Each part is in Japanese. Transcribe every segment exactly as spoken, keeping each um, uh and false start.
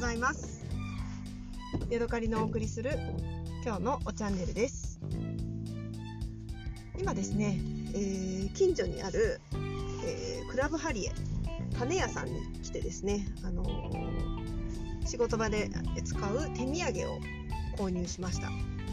ざいます。ヤドカリのお送りする今日のおチャンネルです。今ですね、えー、近所にある、えー、クラブハリエ種屋さんに来てですね、あのー、仕事場で使う手土産を購入しました。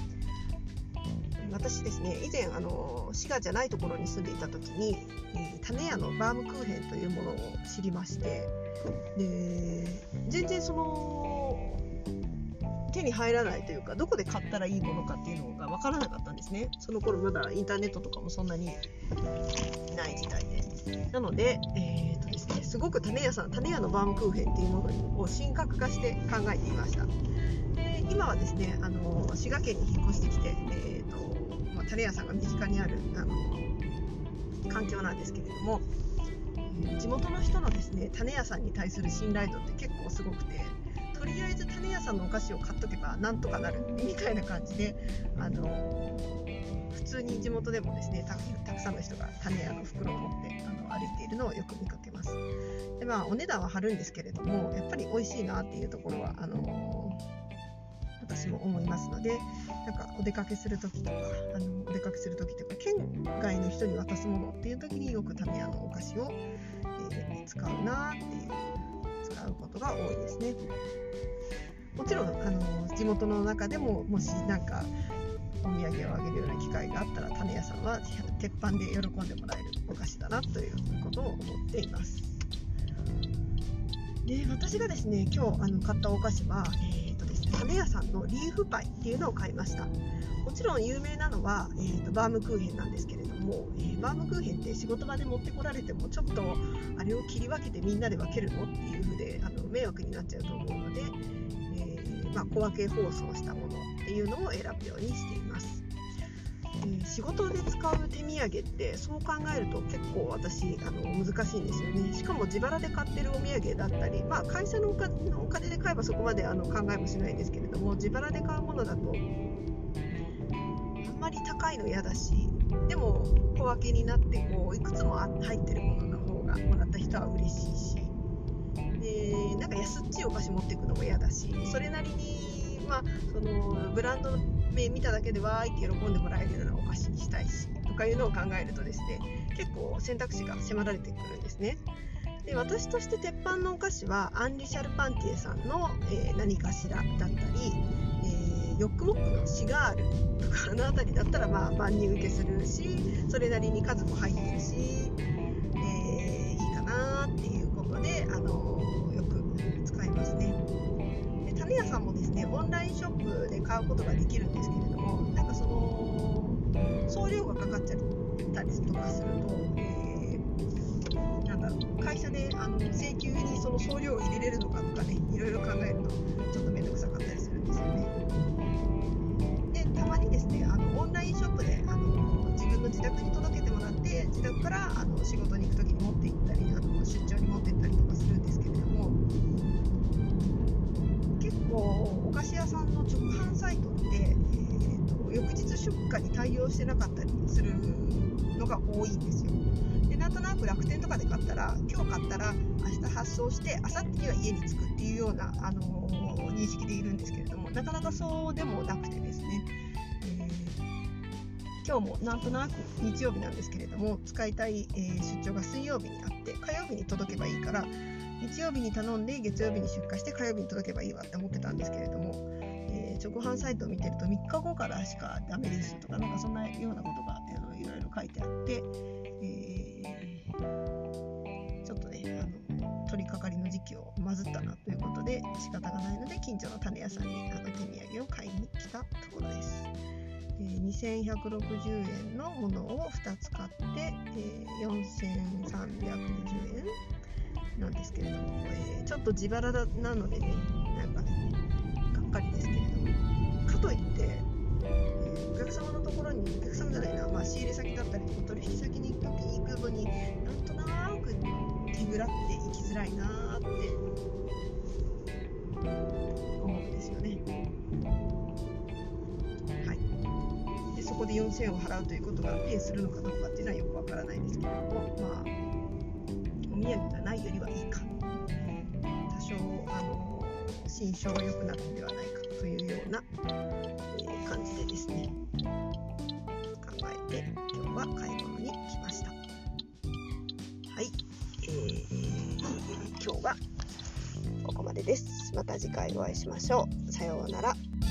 私ですね、以前あの滋賀じゃないところに住んでいた時に、えー、種屋のバームクーヘンというものを知りまして、で全然その手に入らないというか、どこで買ったらいいものかっていうのが分からなかったんですね。その頃まだインターネットとかもそんなにない時代で、なので、えーとですね、すごく種屋さん種屋のバームクーヘンっていうものを神格化して考えていました。で今はですね、あの滋賀県に引っ越してきて、えーとまあ、種屋さんが身近にあるあの環境なんですけれども、地元の人のですね、種屋さんに対する信頼度って結構すごくて、とりあえず種屋さんのお菓子を買っとけばなんとかなるみたいな感じで、あの普通に地元でもですね、た, たくさんの人が種屋の袋を持ってあの歩いているのをよく見かけます。で、まあ、お値段は張るんですけれども、やっぱり美味しいなっていうところはあの私も思いますので、なんかお出かけするときとか、あのお出かけするときとか県外の人に渡すものっていうときによく種屋のお菓子を、えー、使うなっていう使うことが多いですね。もちろんあの地元の中でも、もしなんかお土産をあげるような機会があったら、種屋さんは鉄板で喜んでもらえるお菓子だなということを思っています。で、私がですね、今日あの買ったお菓子は、えーとですね、種屋さんのリーフパイっていうのを買いました。もちろん有名なのは、えーとバームクーヘンなんですけれども、えー、バームクーヘンって仕事場で持ってこられても、ちょっとあれを切り分けてみんなで分けるのっていう風であの迷惑になっちゃうと思うので、えーまあ、小分け包装したものっていうのを選ぶようにしています。えー、仕事で使う手土産ってそう考えると結構私あの難しいんですよね。しかも自腹で買ってるお土産だったり、まあ、会社のお金、のお金で買えばそこまであの考えもしないんですけれども、自腹で買うものだとあんまり高いの嫌だし、でも小分けになってこういくつも入ってるものの方がもらった人は嬉しいし、でなんか安っちいお菓子持っていくのも嫌だし、それなりに、まあ、そのブランドの名見ただけでわーいって喜んでもらえるようなお菓子にしたいしとかいうのを考えるとですね、結構選択肢が迫られてくるんですね。で、私として鉄板のお菓子はアンリ・シャルパンティエさんの、えー、何かしらだったり、えー、ヨックモックのシガールとかあのあたりだったら、まあ、万人受けするし、それなりに数も入ってるし、えー、いいかなっていうことで、あのー、よく使いますね。で、種屋さんもですね、オンラインショップで買うことができるんですけれども、なんかその送料がかかっちゃったりとかすると、えー、なんだろう、会社であの請求にその送料を入れれるのかとかね、いろいろ考えるとちょっと面倒くさかったりするんですよね。で、たまにですね、あのオンラインショップであの自分の自宅に届けてもらって、自宅からあの仕事に行くときに持って行ったり、あの出張に持って行ったりとかするんですけれども、結構お菓子屋さんの直販サイトって、えーと、翌日出荷に対応してなかったりするのが多いんですよ。で、なんとなく楽天とかで買ったら、今日買ったら明日発送して明後日には家に着くっていうような、あのー、認識でいるんですけれども、なかなかそうでもなくてですね、えー、今日もなんとなく日曜日なんですけれども、使いたい、えー、出張が水曜日にあって、火曜日に届けばいいから、日曜日に頼んで月曜日に出荷して火曜日に届けばいいわって思ってたんですけれども、えー、直販サイトを見てるとみっかごからしかダメですとか、なんかそんなようなことがいろいろ書いてあって、えー、ちょっとね、あの取り掛かりの時期をまずったなということで、仕方がないので近所の種屋さんにあの手土産を買いに来たところです。えー、にせんひゃくろくじゅうえんのものをふたつ買って、えー、よんせんさんびゃくにじゅうえんなんですけれども、えー、ちょっと自腹なのでね、なんかね、がっかりですけれども、かといって、えー、お客様のところに、お客様じゃないな、まあ、仕入れ先だったりとか取引先に行くときに行くのに、なんとなく手ぶらって行きづらいなーって思うんですよね。はい。で、そこでよんせんえんを払うということがペイするのかどうかっていうのはよくわからないですけれども、まあお土産がないよりはいいか、多少あのし印象が良くなるのではないかというような、えー、感じでですね、考えて今日は買い物に来ました。はい、えー、今日はここまでです。また次回お会いしましょう。さようなら。